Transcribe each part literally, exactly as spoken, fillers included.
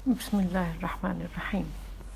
بسم الله الرحمن الرحيم.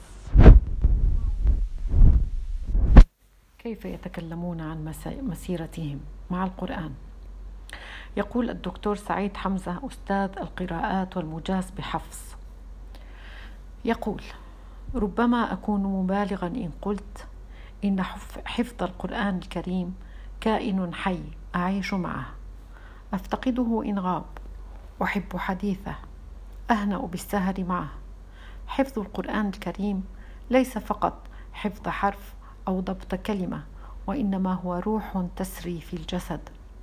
كيف يتكلمون عن مسيرتهم مع القرآن؟ يقول الدكتور سعيد حمزة أستاذ القراءات والمجاز بحفظ، يقول: ربما أكون مبالغا إن قلت إن حفظ القرآن الكريم كائن حي أعيش معه، أفتقده إن غاب، أحب حديثه، أهنأ بالسهر معه. حفظ القرآن الكريم ليس فقط حفظ حرف أو ضبط كلمة، وإنما هو روح تسري في الجسد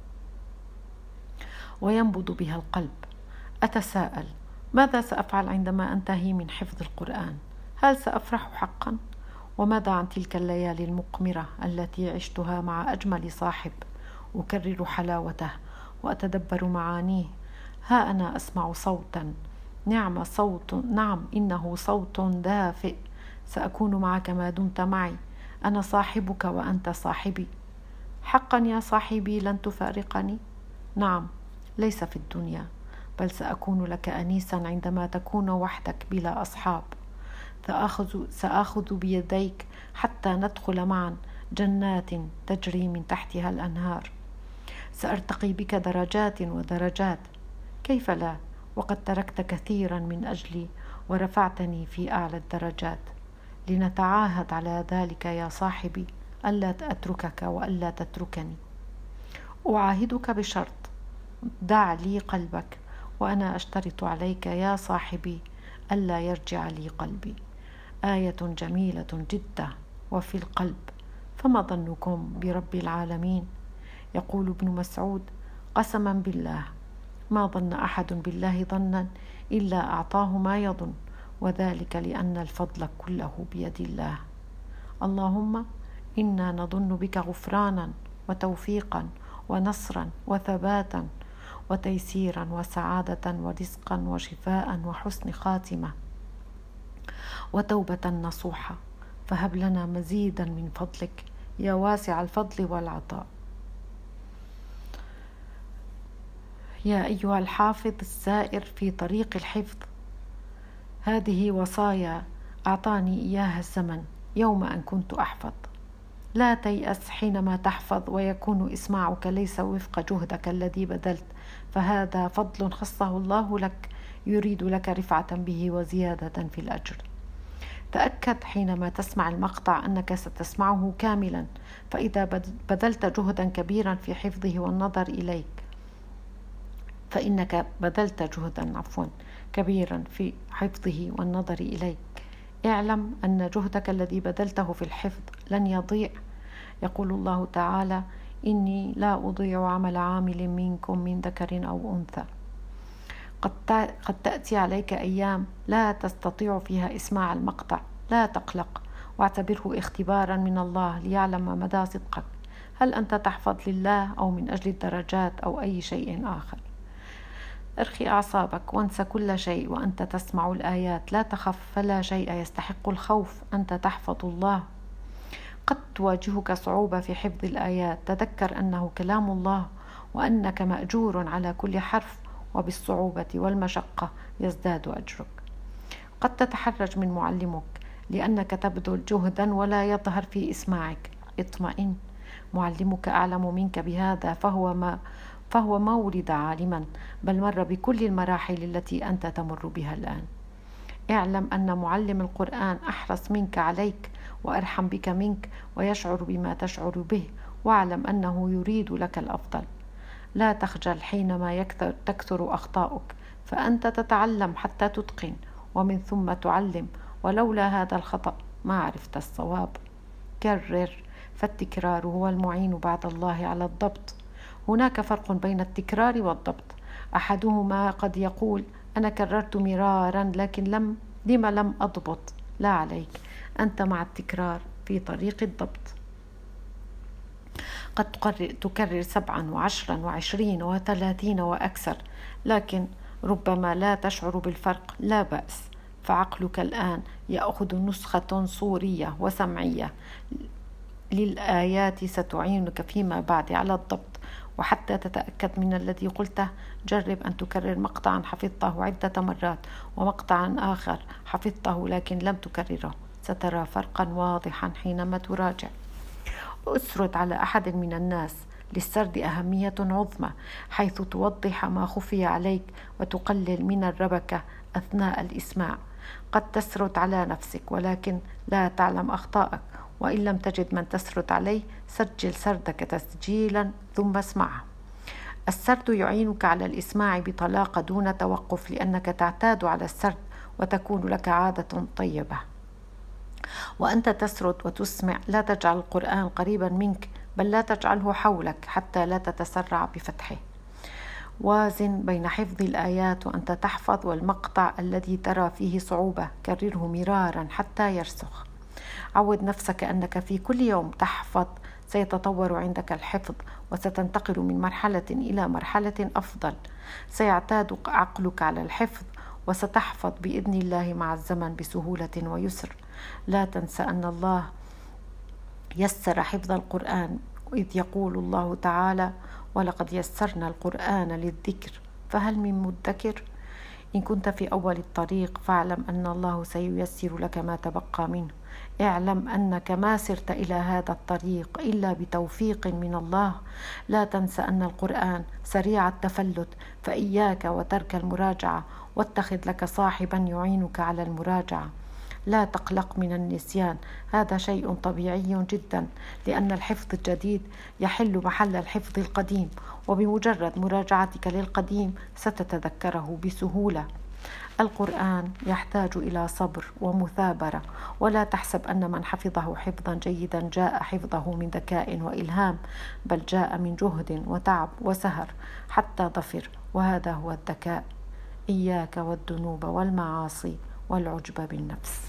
وينبض بها القلب. أتساءل: ماذا سأفعل عندما أنتهي من حفظ القرآن؟ هل سأفرح حقا؟ وماذا عن تلك الليالي المقمرة التي عشتها مع أجمل صاحب، أكرر حلاوته وأتدبر معانيه؟ ها أنا أسمع صوتا، نعم صوت، نعم إنه صوت دافئ، سأكون معك ما دمت معي، أنا صاحبك وأنت صاحبي. حقا يا صاحبي لن تفارقني؟ نعم، ليس في الدنيا، بل سأكون لك أنيسا عندما تكون وحدك بلا أصحاب. سأخذ, سأخذ بيديك حتى ندخل معا جنات تجري من تحتها الأنهار. سأرتقي بك درجات ودرجات، كيف لا، وقد تركت كثيرا من أجلي ورفعتني في أعلى الدرجات. لنتعاهد على ذلك يا صاحبي، ألا أتركك وألا تتركني. أعاهدك بشرط: دع لي قلبك، وأنا أشترط عليك يا صاحبي ألا يرجع لي قلبي. آية جميلة جدا وفي القلب، فما ظنكم برب العالمين؟ يقول ابن مسعود: قسما بالله ما ظن أحد بالله ظنا إلا أعطاه ما يظن، وذلك لأن الفضل كله بيد الله. اللهم إنا نظن بك غفرانا وتوفيقا ونصرا وثباتا وتيسيرا وسعادة ورزقا وشفاء وحسن خاتمة وتوبة نصوحة، فهب لنا مزيدا من فضلك يا واسع الفضل والعطاء. يا أيها الحافظ السائر في طريق الحفظ، هذه وصايا أعطاني إياها الزمن يوم أن كنت أحفظ. لا تيأس حينما تحفظ ويكون إسماعك ليس وفق جهدك الذي بذلت، فهذا فضل خصه الله لك، يريد لك رفعة به وزيادة في الأجر. تأكد حينما تسمع المقطع أنك ستسمعه كاملا، فإذا بذلت جهدا كبيرا في حفظه والنظر إليك فإنك بذلت جهدا عفوا كبيرا في حفظه والنظر إليك. اعلم أن جهدك الذي بذلته في الحفظ لن يضيع. يقول الله تعالى: إني لا أضيع عمل عامل منكم من ذكر أو أنثى. قد تأتي عليك أيام لا تستطيع فيها إسماع المقطع، لا تقلق، واعتبره اختبارا من الله ليعلم مدى صدقك. هل أنت تحفظ لله أو من أجل الدرجات أو أي شيء آخر؟ ارخي أعصابك وانسى كل شيء وأنت تسمع الآيات. لا تخف، فلا شيء يستحق الخوف، أنت تحفظ الله. قد تواجهك صعوبة في حفظ الآيات، تذكر أنه كلام الله وأنك مأجور على كل حرف، وبالصعوبة والمشقة يزداد أجرك. قد تتحرج من معلمك لأنك تبذل جهدا ولا يظهر في إسماعك. اطمئن، معلمك أعلم منك بهذا، فهو ما فهو ما ولد عالما، بل مر بكل المراحل التي أنت تمر بها الآن. اعلم أن معلم القرآن أحرص منك عليك وأرحم بك منك، ويشعر بما تشعر به، واعلم أنه يريد لك الأفضل. لا تخجل حينما يكثر تكثر أخطاؤك، فأنت تتعلم حتى تتقن، ومن ثم تعلم، ولولا هذا الخطأ ما عرفت الصواب. كرر، فالتكرار هو المعين بعد الله على الضبط. هناك فرق بين التكرار والضبط. أحدهما قد يقول: أنا كررت مرارا لكن لم لما لم أضبط. لا عليك، أنت مع التكرار في طريق الضبط. قد تكرر سبعا وعشرا وعشرين وثلاثين وأكثر، لكن ربما لا تشعر بالفرق. لا بأس، فعقلك الآن يأخذ نسخة صورية وسمعية للآيات ستعينك فيما بعد على الضبط، وحتى تتأكد من الذي قلته جرب أن تكرر مقطعا حفظته عدة مرات ومقطعا آخر حفظته لكن لم تكرره، سترى فرقا واضحا حينما تراجع. أسرد على أحد من الناس للسرد أهمية عظمى، حيث توضح ما خفي عليك وتقلل من الربكة أثناء الإسماع. قد تسرد على نفسك ولكن لا تعلم أخطائك، وإن لم تجد من تسرد عليه سجل سردك تسجيلا ثم اسمعه. السرد يعينك على الإسماع بطلاقة دون توقف، لأنك تعتاد على السرد وتكون لك عادة طيبة. وأنت تسرد وتسمع لا تجعل القرآن قريبا منك، بل لا تجعله حولك حتى لا تتسرع بفتحه. وازن بين حفظ الآيات وأنت تحفظ والمقطع الذي ترى فيه صعوبة كرره مرارا حتى يرسخ. عود نفسك أنك في كل يوم تحفظ، سيتطور عندك الحفظ وستنتقل من مرحلة إلى مرحلة أفضل. سيعتاد عقلك على الحفظ وستحفظ بإذن الله مع الزمن بسهولة ويسر. لا تنسى أن الله يسر حفظ القرآن، إذ يقول الله تعالى: ولقد يسرنا القرآن للذكر فهل من مدكر. إن كنت في أول الطريق فاعلم أن الله سييسر لك ما تبقى منه. اعلم أنك ما سرت إلى هذا الطريق إلا بتوفيق من الله. لا تنسى أن القرآن سريع التفلت، فإياك وترك المراجعة، واتخذ لك صاحبا يعينك على المراجعة. لا تقلق من النسيان، هذا شيء طبيعي جدا، لأن الحفظ الجديد يحل محل الحفظ القديم، وبمجرد مراجعتك للقديم ستتذكره بسهولة. القرآن يحتاج إلى صبر ومثابرة، ولا تحسب أن من حفظه حفظا جيدا جاء حفظه من ذكاء وإلهام، بل جاء من جهد وتعب وسهر حتى ظفر، وهذا هو الذكاء. إياك والذنوب والمعاصي والعجب بالنفس.